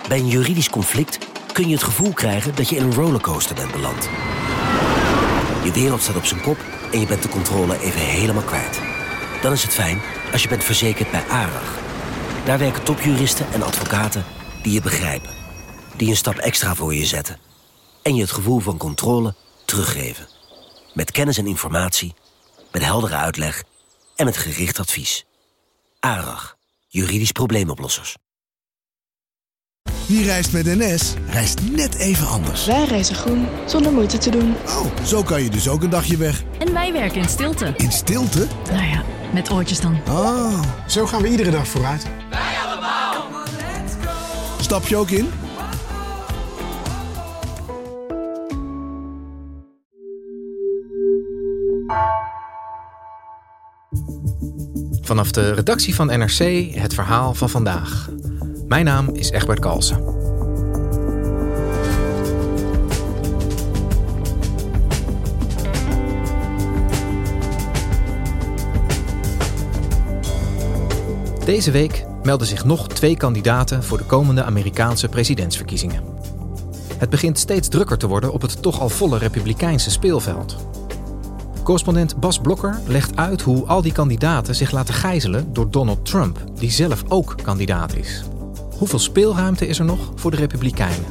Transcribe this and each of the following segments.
Bij een juridisch conflict kun je het gevoel krijgen dat je in een rollercoaster bent beland. Je wereld staat op zijn kop en je bent de controle even helemaal kwijt. Dan is het fijn als je bent verzekerd bij ARAG. Daar werken topjuristen en advocaten die je begrijpen. Die een stap extra voor je zetten. En je het gevoel van controle teruggeven. Met kennis en informatie, met heldere uitleg en met gericht advies. ARAG, juridisch probleemoplossers. Wie reist met NS, reist net even anders. Wij reizen groen, zonder moeite te doen. Oh, zo kan je dus ook een dagje weg. En wij werken in stilte. In stilte? Nou ja, met oortjes dan. Oh. Zo gaan we iedere dag vooruit. Wij allemaal. Stap je ook in? Vanaf de redactie van NRC het verhaal van vandaag. Mijn naam is Egbert Kalsen. Deze week melden zich nog 2 kandidaten voor de komende Amerikaanse presidentsverkiezingen. Het begint steeds drukker te worden op het toch al volle republikeinse speelveld. Correspondent Bas Blokker legt uit hoe al die kandidaten zich laten gijzelen door Donald Trump, die zelf ook kandidaat is. Hoeveel speelruimte is er nog voor de Republikeinen?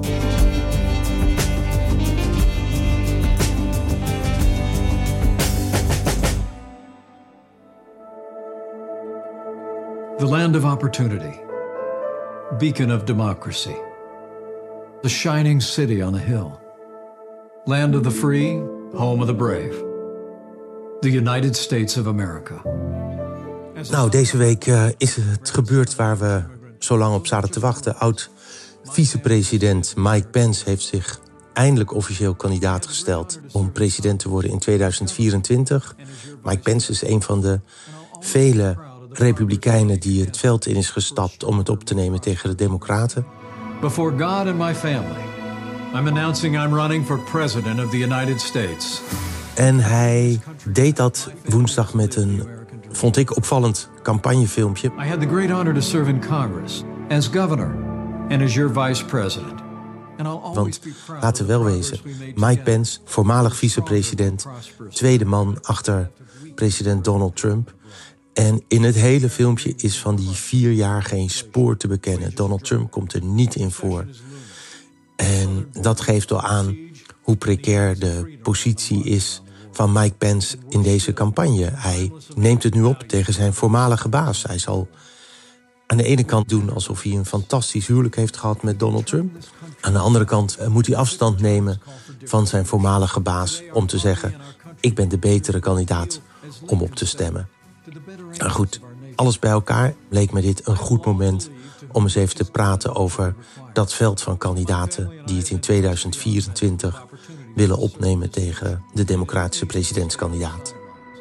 The land of opportunity, beacon of democracy, the shining city on a hill, land of the free, home of the brave, the United States of America. Nou, deze week is het gebeurd waar we zo lang op zaten te wachten. Oud-vicepresident Mike Pence heeft zich eindelijk officieel kandidaat gesteld om president te worden in 2024. Mike Pence is een van de vele republikeinen die het veld in is gestapt om het op te nemen tegen de democraten. Before God and my family, I'm announcing I'm running for president of the United States. En hij deed dat woensdag met een, vond ik, opvallend campagnefilmpje. I had the great honor to serve in Congress as governor and as your vice president. Want laten we wel wezen, Mike Pence, voormalig vicepresident, tweede man achter president Donald Trump. En in het hele filmpje is van die 4 jaar geen spoor te bekennen. Donald Trump komt er niet in voor. En dat geeft wel aan hoe precair de positie is van Mike Pence in deze campagne. Hij neemt het nu op tegen zijn voormalige baas. Hij zal aan de ene kant doen alsof hij een fantastisch huwelijk heeft gehad met Donald Trump. Aan de andere kant moet hij afstand nemen van zijn voormalige baas om te zeggen: ik ben de betere kandidaat om op te stemmen. Nou goed, alles bij elkaar leek me dit een goed moment om eens even te praten over dat veld van kandidaten die het in 2024 willen opnemen tegen de democratische presidentskandidaat.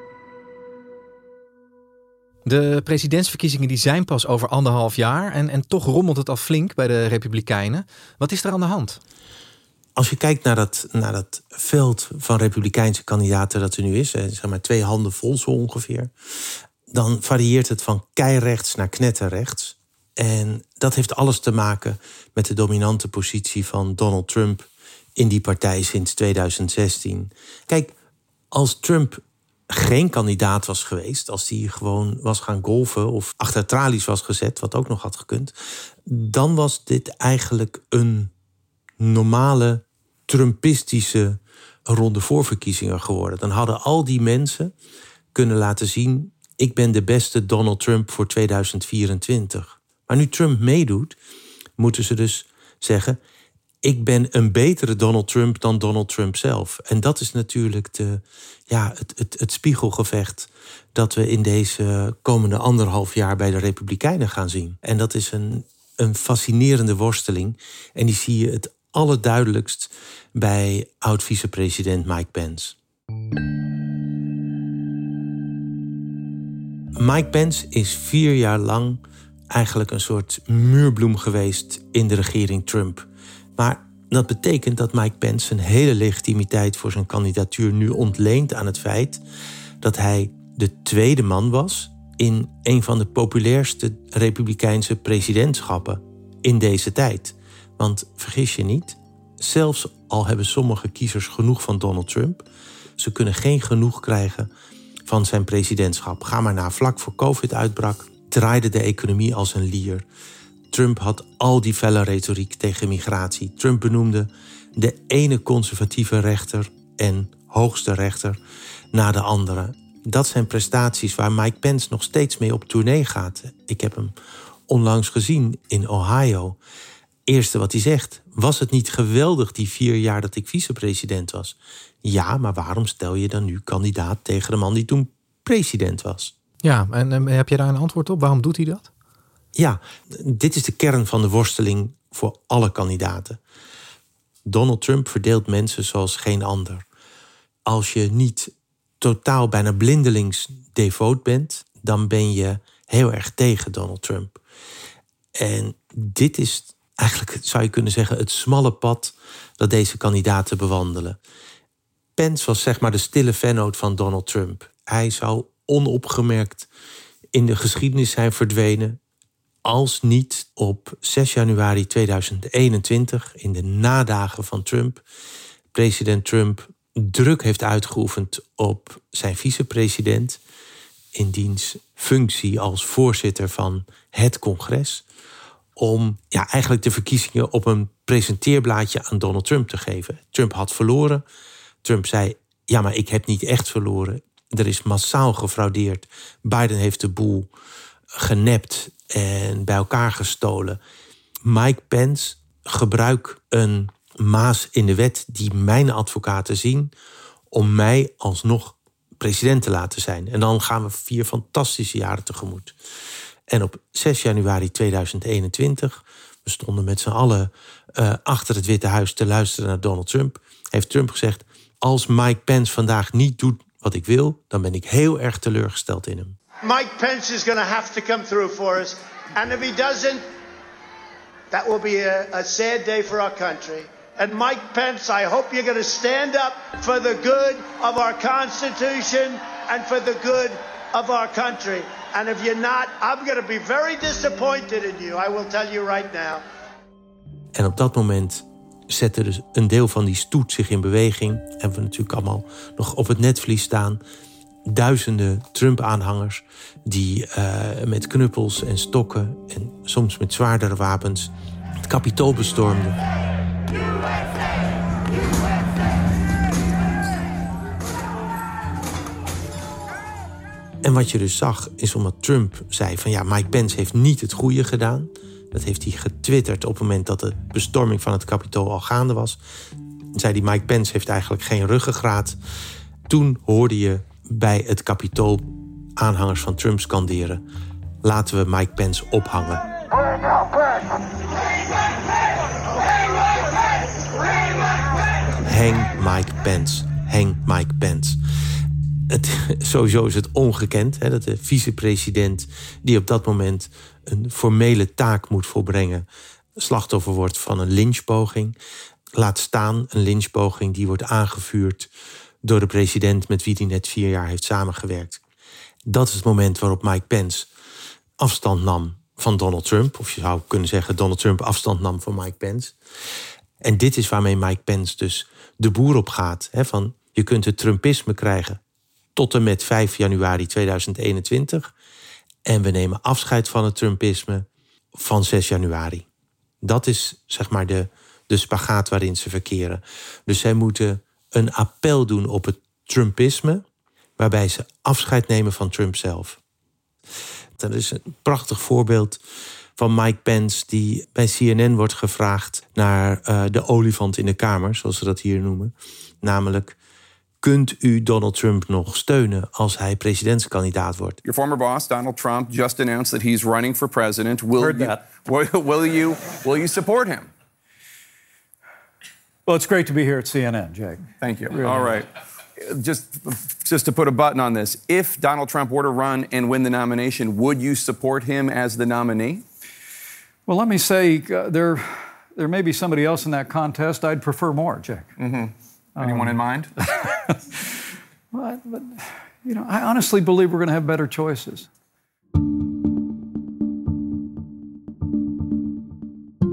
De presidentsverkiezingen die zijn pas over 1,5 jaar en toch rommelt het al flink bij de Republikeinen. Wat is er aan de hand? Als je kijkt naar dat veld van republikeinse kandidaten dat er nu is, zeg maar 2 handen vol zo ongeveer, dan varieert het van keirechts naar knetterrechts. En dat heeft alles te maken met de dominante positie van Donald Trump in die partij sinds 2016. Kijk, als Trump geen kandidaat was geweest, als hij gewoon was gaan golfen of achter tralies was gezet, wat ook nog had gekund, dan was dit eigenlijk een normale Trumpistische ronde voorverkiezingen geworden. Dan hadden al die mensen kunnen laten zien: ik ben de beste Donald Trump voor 2024. Maar nu Trump meedoet, moeten ze dus zeggen: ik ben een betere Donald Trump dan Donald Trump zelf. En dat is natuurlijk het spiegelgevecht dat we in deze komende 1,5 jaar bij de Republikeinen gaan zien. En dat is een fascinerende worsteling. En die zie je het allerduidelijkst bij oud-vicepresident Mike Pence. Mike Pence is 4 jaar lang eigenlijk een soort muurbloem geweest in de regering Trump. Maar dat betekent dat Mike Pence zijn hele legitimiteit voor zijn kandidatuur nu ontleent aan het feit dat hij de tweede man was in een van de populairste republikeinse presidentschappen in deze tijd. Want vergis je niet, zelfs al hebben sommige kiezers genoeg van Donald Trump, ze kunnen geen genoeg krijgen van zijn presidentschap. Ga maar na, vlak voor COVID uitbrak, draaide de economie als een lier. Trump had al die felle retoriek tegen migratie. Trump benoemde de ene conservatieve rechter en hoogste rechter na de andere. Dat zijn prestaties waar Mike Pence nog steeds mee op tournee gaat. Ik heb hem onlangs gezien in Ohio. Eerste wat hij zegt: was het niet geweldig die 4 jaar dat ik vicepresident was? Ja, maar waarom stel je dan nu kandidaat tegen de man die toen president was? Ja, en heb je daar een antwoord op? Waarom doet hij dat? Ja, dit is de kern van de worsteling voor alle kandidaten. Donald Trump verdeelt mensen zoals geen ander. Als je niet totaal bijna blindelings devoot bent, dan ben je heel erg tegen Donald Trump. En dit is eigenlijk, zou je kunnen zeggen, het smalle pad dat deze kandidaten bewandelen. Pence was zeg maar de stille vennoot van Donald Trump. Hij zou onopgemerkt in de geschiedenis zijn verdwenen als niet op 6 januari 2021, in de nadagen van Trump, president Trump druk heeft uitgeoefend op zijn vicepresident in diens functie als voorzitter van het congres, om eigenlijk de verkiezingen op een presenteerblaadje aan Donald Trump te geven. Trump had verloren. Trump zei: ja, maar ik heb niet echt verloren. Er is massaal gefraudeerd. Biden heeft de boel genept en bij elkaar gestolen. Mike Pence, gebruik een maas in de wet die mijn advocaten zien om mij alsnog president te laten zijn. En dan gaan we 4 fantastische jaren tegemoet. En op 6 januari 2021, we stonden met z'n allen achter het Witte Huis te luisteren naar Donald Trump, heeft Trump gezegd: als Mike Pence vandaag niet doet wat ik wil, dan ben ik heel erg teleurgesteld in hem. Mike Pence is going to have to come through for us. And if he doesn't, that will be a sad day for our country. And Mike Pence, I hope you're going to stand up for the good of our Constitution and for the good of our country. And if you're not, I'm going to be very disappointed in you. I will tell you right now. En op dat moment zette dus een deel van die stoet zich in beweging. Hebben we natuurlijk allemaal nog op het netvlies staan. Duizenden Trump-aanhangers die met knuppels en stokken en soms met zwaardere wapens het Capitool bestormden. En wat je dus zag is, omdat Trump zei van ja, Mike Pence heeft niet het goede gedaan. Dat heeft hij getwitterd op het moment dat de bestorming van het Capitool al gaande was. Zei hij: Mike Pence heeft eigenlijk geen ruggengraat. Toen hoorde je bij het Capitool aanhangers van Trump skanderen: laten we Mike Pence ophangen. Hang Mike Pence. Hang Mike Pence. Sowieso is het ongekend dat de vicepresident, die op dat moment een formele taak moet volbrengen, slachtoffer wordt van een lynchpoging. Laat staan een lynchpoging die wordt aangevuurd door de president met wie hij net 4 jaar heeft samengewerkt. Dat is het moment waarop Mike Pence afstand nam van Donald Trump. Of je zou kunnen zeggen Donald Trump afstand nam van Mike Pence. En dit is waarmee Mike Pence dus de boer op gaat. Van je kunt het Trumpisme krijgen tot en met 5 januari 2021. En we nemen afscheid van het Trumpisme van 6 januari. Dat is zeg maar de spagaat waarin ze verkeren. Dus zij moeten een appel doen op het Trumpisme, waarbij ze afscheid nemen van Trump zelf. Dat is een prachtig voorbeeld van Mike Pence, die bij CNN wordt gevraagd naar de olifant in de kamer, zoals ze dat hier noemen. Namelijk: kunt u Donald Trump nog steunen als hij presidentskandidaat wordt? Your former boss, Donald Trump, just announced that he's running for president. Will you support him? Well, it's great to be here at CNN, Jake. Thank you. Really. All right. Just to put a button on this, if Donald Trump were to run and win the nomination, would you support him as the nominee? Well, let me say, there may be somebody else in that contest I'd prefer more, Jake. Mm-hmm. Anyone in mind? But, I honestly believe we're going to have better choices.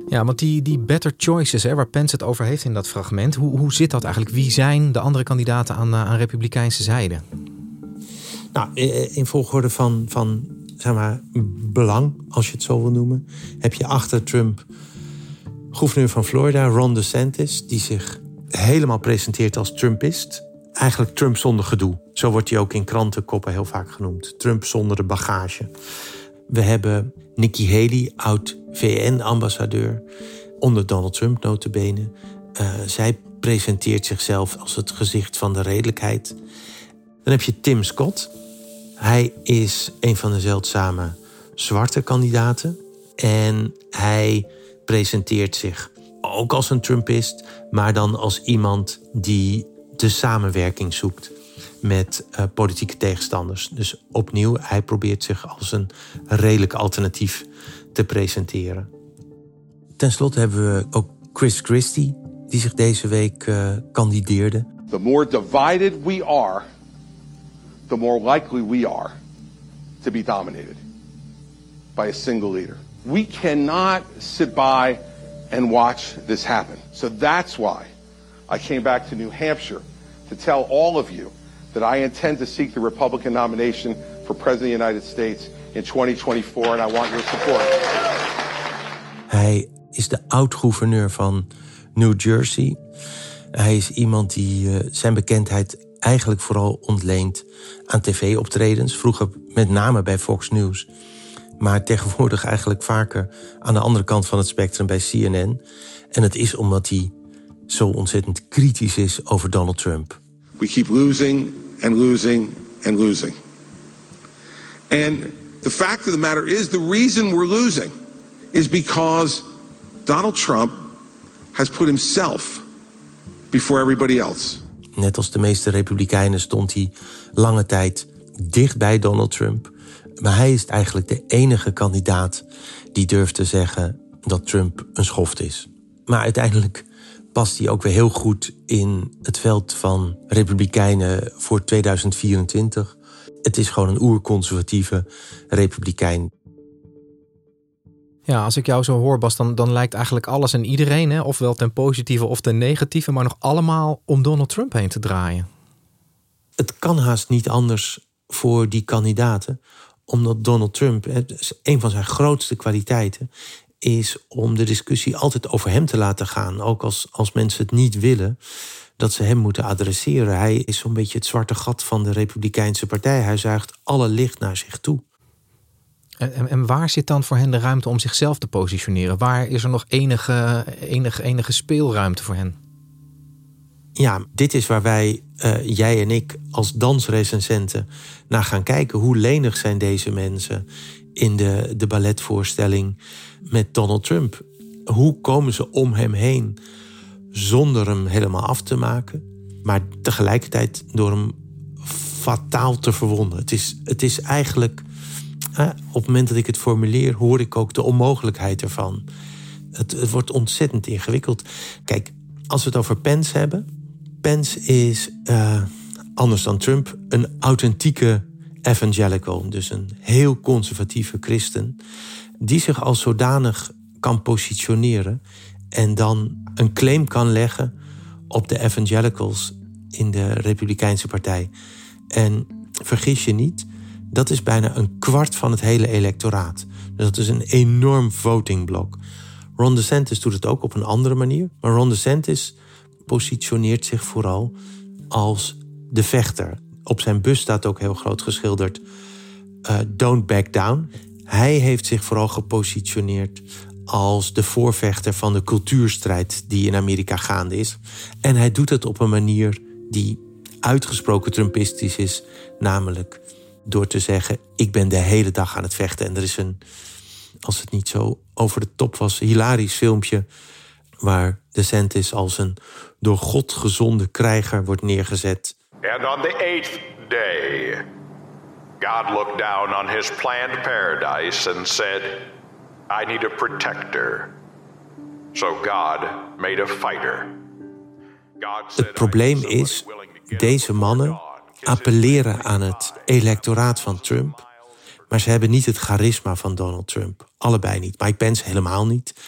Ja, want die better choices, waar Pence het over heeft in dat fragment, hoe zit dat eigenlijk? Wie zijn de andere kandidaten aan republikeinse zijde? Nou, in volgorde van zeg maar, belang, als je het zo wil noemen, heb je achter Trump gouverneur van Florida, Ron DeSantis, die zich helemaal presenteert als Trumpist. Eigenlijk Trump zonder gedoe. Zo wordt hij ook in krantenkoppen heel vaak genoemd. Trump zonder de bagage. We hebben Nikki Haley, oud-VN-ambassadeur, onder Donald Trump nota bene. Zij presenteert zichzelf als het gezicht van de redelijkheid. Dan heb je Tim Scott. Hij is een van de zeldzame zwarte kandidaten. En hij presenteert zich ook als een Trumpist, maar dan als iemand die de samenwerking zoekt met politieke tegenstanders. Dus opnieuw, hij probeert zich als een redelijk alternatief te presenteren. Ten slotte hebben we ook Chris Christie, die zich deze week kandideerde. The more divided we are, the more likely we are to be dominated by a single leader. We cannot sit by and watch this happen. So that's why I came back to New Hampshire to tell all of you that I intend to seek the Republican nomination for President of the United States in 2024, and I want your support. Hij is de oud-gouverneur van New Jersey. Hij is iemand die zijn bekendheid eigenlijk vooral ontleent aan tv-optredens. Vroeger met name bij Fox News. Maar tegenwoordig eigenlijk vaker aan de andere kant van het spectrum bij CNN. En het is omdat hij zo ontzettend kritisch is over Donald Trump. We keep losing and losing and losing. And the fact of the matter is, the reason we're losing is because Donald Trump has put himself before everybody else. Net als de meeste republikeinen stond hij lange tijd dicht bij Donald Trump. Maar hij is eigenlijk de enige kandidaat die durft te zeggen dat Trump een schoft is. Maar uiteindelijk past hij ook weer heel goed in het veld van republikeinen voor 2024. Het is gewoon een oerconservatieve republikein. Ja, als ik jou zo hoor, Bas, dan lijkt eigenlijk alles en iedereen, ofwel ten positieve of ten negatieve, maar nog allemaal om Donald Trump heen te draaien. Het kan haast niet anders voor die kandidaten, omdat Donald Trump, een van zijn grootste kwaliteiten, is om de discussie altijd over hem te laten gaan. Ook als mensen het niet willen, dat ze hem moeten adresseren. Hij is zo'n beetje het zwarte gat van de Republikeinse partij. Hij zuigt alle licht naar zich toe. En waar zit dan voor hen de ruimte om zichzelf te positioneren? Waar is er nog enige speelruimte voor hen? Ja, dit is waar wij, jij en ik, als dansrecensenten naar gaan kijken. Hoe lenig zijn deze mensen in de balletvoorstelling met Donald Trump? Hoe komen ze om hem heen zonder hem helemaal af te maken, maar tegelijkertijd door hem fataal te verwonden? Het is eigenlijk, op het moment dat ik het formuleer, hoor ik ook de onmogelijkheid ervan. Het wordt ontzettend ingewikkeld. Kijk, als we het over Pence hebben. Pence is, anders dan Trump, een authentieke evangelical. Dus een heel conservatieve christen, die zich als zodanig kan positioneren en dan een claim kan leggen op de evangelicals in de Republikeinse partij. En vergis je niet, dat is bijna een kwart van het hele electoraat. Dus dat is een enorm votingblok. Ron DeSantis doet het ook op een andere manier. Maar Ron DeSantis positioneert zich vooral als de vechter. Op zijn bus staat ook heel groot geschilderd Don't back down. Hij heeft zich vooral gepositioneerd als de voorvechter van de cultuurstrijd die in Amerika gaande is. En hij doet het op een manier die uitgesproken Trumpistisch is. Namelijk door te zeggen, ik ben de hele dag aan het vechten. En er is een, als het niet zo over de top was, hilarisch filmpje waar DeSantis als een door God gezonde krijger wordt neergezet. And on the 8th day, God looked down on his planned paradise and said, I need a protector. So God made a fighter. Het probleem is, deze mannen appelleren aan het electoraat van Trump, maar ze hebben niet het charisma van Donald Trump. Allebei niet. Mike Pence helemaal niet.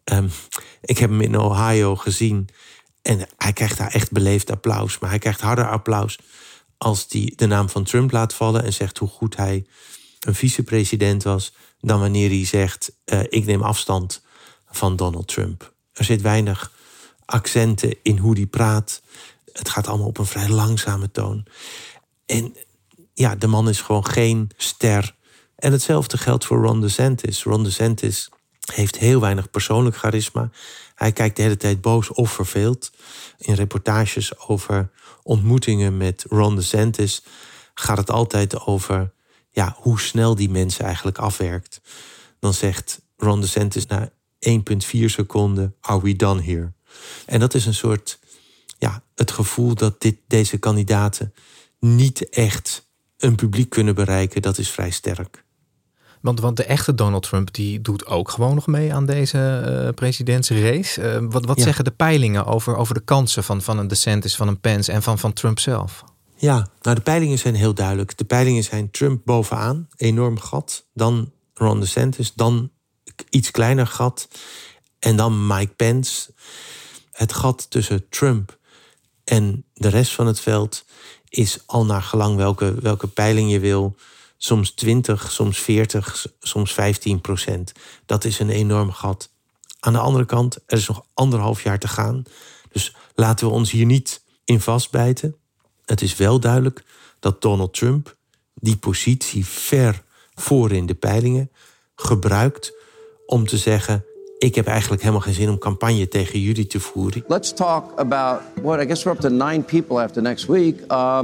Ik heb hem in Ohio gezien. En hij krijgt daar echt beleefd applaus. Maar hij krijgt harder applaus als hij de naam van Trump laat vallen en zegt hoe goed hij een vicepresident was, dan wanneer hij zegt, ik neem afstand van Donald Trump. Er zit weinig accenten in hoe hij praat. Het gaat allemaal op een vrij langzame toon. En ja, de man is gewoon geen ster. En hetzelfde geldt voor Ron DeSantis. Ron DeSantis heeft heel weinig persoonlijk charisma. Hij kijkt de hele tijd boos of verveeld. In reportages over ontmoetingen met Ron DeSantis gaat het altijd over hoe snel die mensen eigenlijk afwerkt. Dan zegt Ron DeSantis na 1,4 seconden, are we done here? En dat is een soort, het gevoel dat deze kandidaten niet echt een publiek kunnen bereiken, dat is vrij sterk. Want de echte Donald Trump die doet ook gewoon nog mee aan deze presidentsrace. Wat zeggen de peilingen over de kansen van een DeSantis, van een Pence en van Trump zelf? Ja, nou de peilingen zijn heel duidelijk. De peilingen zijn Trump bovenaan, enorm gat. Dan Ron DeSantis, dan iets kleiner gat. En dan Mike Pence. Het gat tussen Trump en de rest van het veld is al naar gelang welke peiling je wil, soms 20, soms 40, soms 15%. Dat is een enorm gat. Aan de andere kant, er is nog 1,5 jaar te gaan. Dus laten we ons hier niet in vastbijten. Het is wel duidelijk dat Donald Trump die positie ver voor in de peilingen gebruikt om te zeggen, ik heb eigenlijk helemaal geen zin om campagne tegen jullie te voeren. Let's talk about what I guess we're up to 9 people after next week.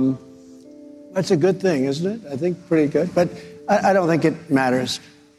That's a good thing, isn't it? I think pretty good. But I don't think it matters.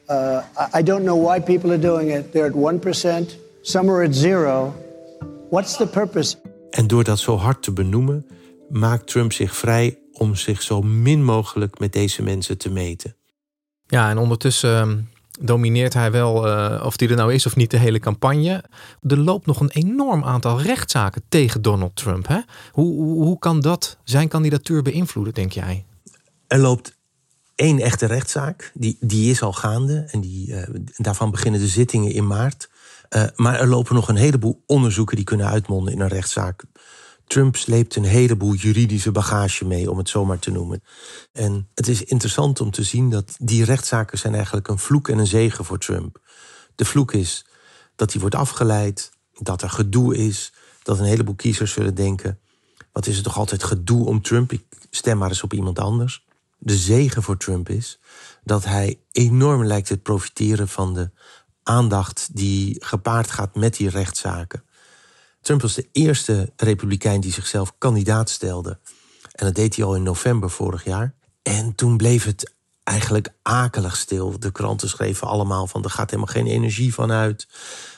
I don't know why people are doing it. They're at 1%. Some are at 0. What's the purpose? En door dat zo hard te benoemen, maakt Trump zich vrij om zich zo min mogelijk met deze mensen te meten. Ja, en ondertussen domineert hij wel, of die er nou is of niet, de hele campagne. Er loopt nog een enorm aantal rechtszaken tegen Donald Trump. Hè? Hoe kan dat zijn kandidatuur beïnvloeden, denk jij? Er loopt 1 echte rechtszaak. Die is al gaande. En daarvan beginnen de zittingen in maart. Maar er lopen nog een heleboel onderzoeken die kunnen uitmonden in een rechtszaak. Trump sleept een heleboel juridische bagage mee, om het zo maar te noemen. En het is interessant om te zien dat die rechtszaken zijn eigenlijk een vloek en een zegen voor Trump. De vloek is dat hij wordt afgeleid, dat er gedoe is, dat een heleboel kiezers zullen denken, wat is het toch altijd gedoe om Trump, ik stem maar eens op iemand anders. De zegen voor Trump is dat hij enorm lijkt te profiteren van de aandacht die gepaard gaat met die rechtszaken. Trump was de eerste republikein die zichzelf kandidaat stelde. En dat deed hij al in november vorig jaar. En toen bleef het eigenlijk akelig stil. De kranten schreven allemaal van, er gaat helemaal geen energie van uit.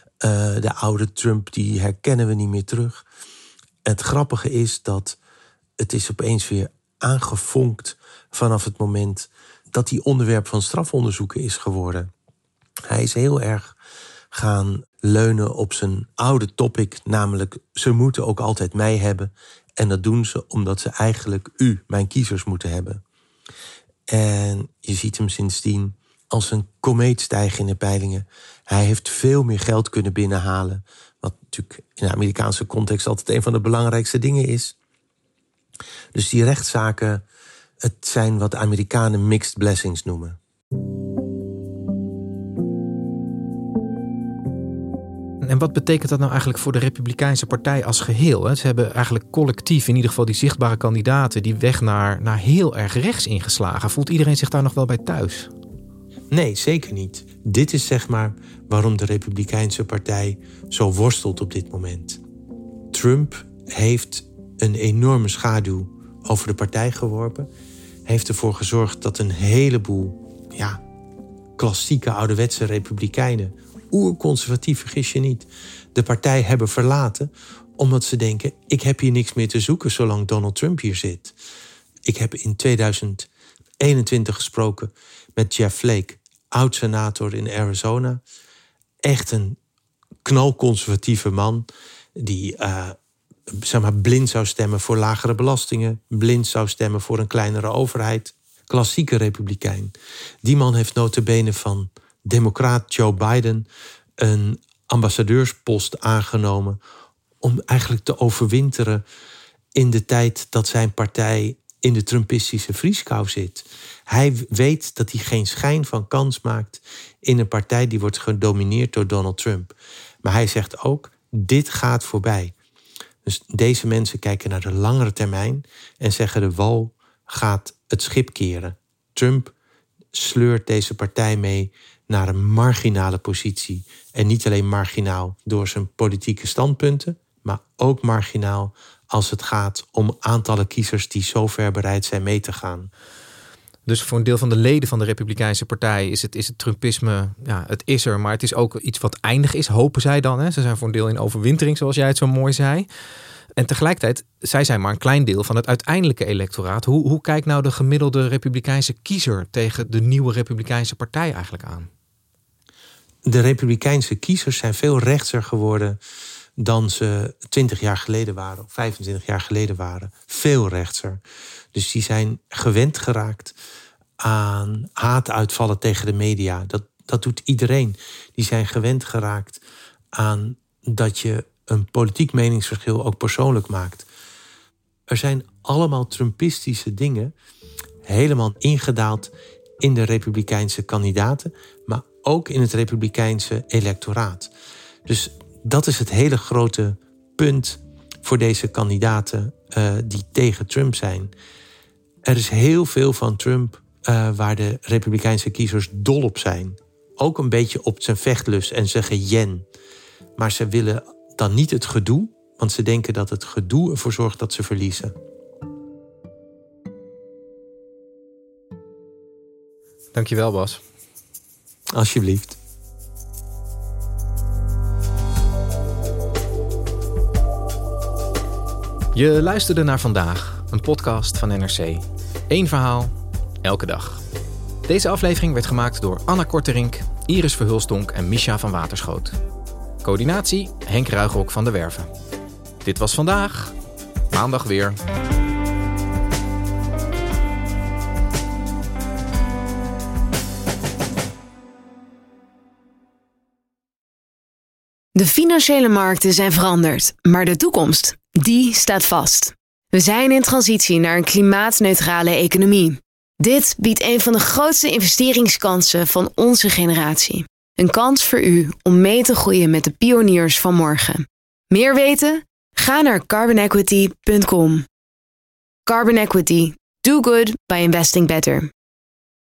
De oude Trump, die herkennen we niet meer terug. Het grappige is dat het is opeens weer aangefonkt vanaf het moment dat hij onderwerp van strafonderzoeken is geworden. Hij is heel erg gaan leunen op zijn oude topic, namelijk ze moeten ook altijd mij hebben. En dat doen ze omdat ze eigenlijk mijn kiezers, moeten hebben. En je ziet hem sindsdien als een komeet stijgen in de peilingen. Hij heeft veel meer geld kunnen binnenhalen, wat natuurlijk in de Amerikaanse context altijd een van de belangrijkste dingen is. Dus die rechtszaken, het zijn wat Amerikanen mixed blessings noemen. En wat betekent dat nou eigenlijk voor de Republikeinse partij als geheel? Ze hebben eigenlijk collectief, in ieder geval die zichtbare kandidaten, die weg naar heel erg rechts ingeslagen. Voelt iedereen zich daar nog wel bij thuis? Nee, zeker niet. Dit is zeg maar waarom de Republikeinse partij zo worstelt op dit moment. Trump heeft een enorme schaduw over de partij geworpen. Heeft ervoor gezorgd dat een heleboel klassieke ouderwetse republikeinen, oerconservatief, vergis je niet, de partij hebben verlaten omdat ze denken, ik heb hier niks meer te zoeken zolang Donald Trump hier zit. Ik heb in 2021 gesproken met Jeff Flake, oud-senator in Arizona. Echt een knalconservatieve man die blind zou stemmen voor lagere belastingen, blind zou stemmen voor een kleinere overheid. Klassieke republikein. Die man heeft nota bene van democraat Joe Biden een ambassadeurspost aangenomen om eigenlijk te overwinteren in de tijd dat zijn partij in de Trumpistische vrieskou zit. Hij weet dat hij geen schijn van kans maakt in een partij die wordt gedomineerd door Donald Trump. Maar hij zegt ook, dit gaat voorbij. Dus deze mensen kijken naar de langere termijn en zeggen de wal gaat het schip keren. Trump sleurt deze partij mee naar een marginale positie. En niet alleen marginaal door zijn politieke standpunten, maar ook marginaal als het gaat om aantallen kiezers die zo ver bereid zijn mee te gaan. Dus voor een deel van de leden van de Republikeinse Partij is het Trumpisme, ja, het is er, maar het is ook iets wat eindig is, hopen zij dan. Hè? Ze zijn voor een deel in overwintering, zoals jij het zo mooi zei. En tegelijkertijd, zij zijn maar een klein deel van het uiteindelijke electoraat. Hoe kijkt nou de gemiddelde Republikeinse kiezer tegen de nieuwe Republikeinse Partij eigenlijk aan? De Republikeinse kiezers zijn veel rechtser geworden dan ze 20 jaar geleden waren of 25 jaar geleden waren. Veel rechtser. Dus die zijn gewend geraakt aan haatuitvallen tegen de media. Dat doet iedereen. Die zijn gewend geraakt aan dat je een politiek meningsverschil ook persoonlijk maakt. Er zijn allemaal Trumpistische dingen helemaal ingedaald in de Republikeinse kandidaten, maar ook in het Republikeinse electoraat. Dus dat is het hele grote punt voor deze kandidaten die tegen Trump zijn. Er is heel veel van Trump waar de Republikeinse kiezers dol op zijn. Ook een beetje op zijn vechtlust en zijn gejen. Maar ze willen dan niet het gedoe, want ze denken dat het gedoe ervoor zorgt dat ze verliezen. Dankjewel, Bas. Alsjeblieft. Je luisterde naar Vandaag, een podcast van NRC. 1 verhaal, elke dag. Deze aflevering werd gemaakt door Anna Korterink, Iris Verhulstonk en Misha van Waterschoot. Coördinatie Henk Ruigrok van der Werven. Dit was Vandaag, maandag weer. De financiële markten zijn veranderd, maar de toekomst, die staat vast. We zijn in transitie naar een klimaatneutrale economie. Dit biedt een van de grootste investeringskansen van onze generatie. Een kans voor u om mee te groeien met de pioniers van morgen. Meer weten? Ga naar carbonequity.com. Carbon Equity. Do good by investing better.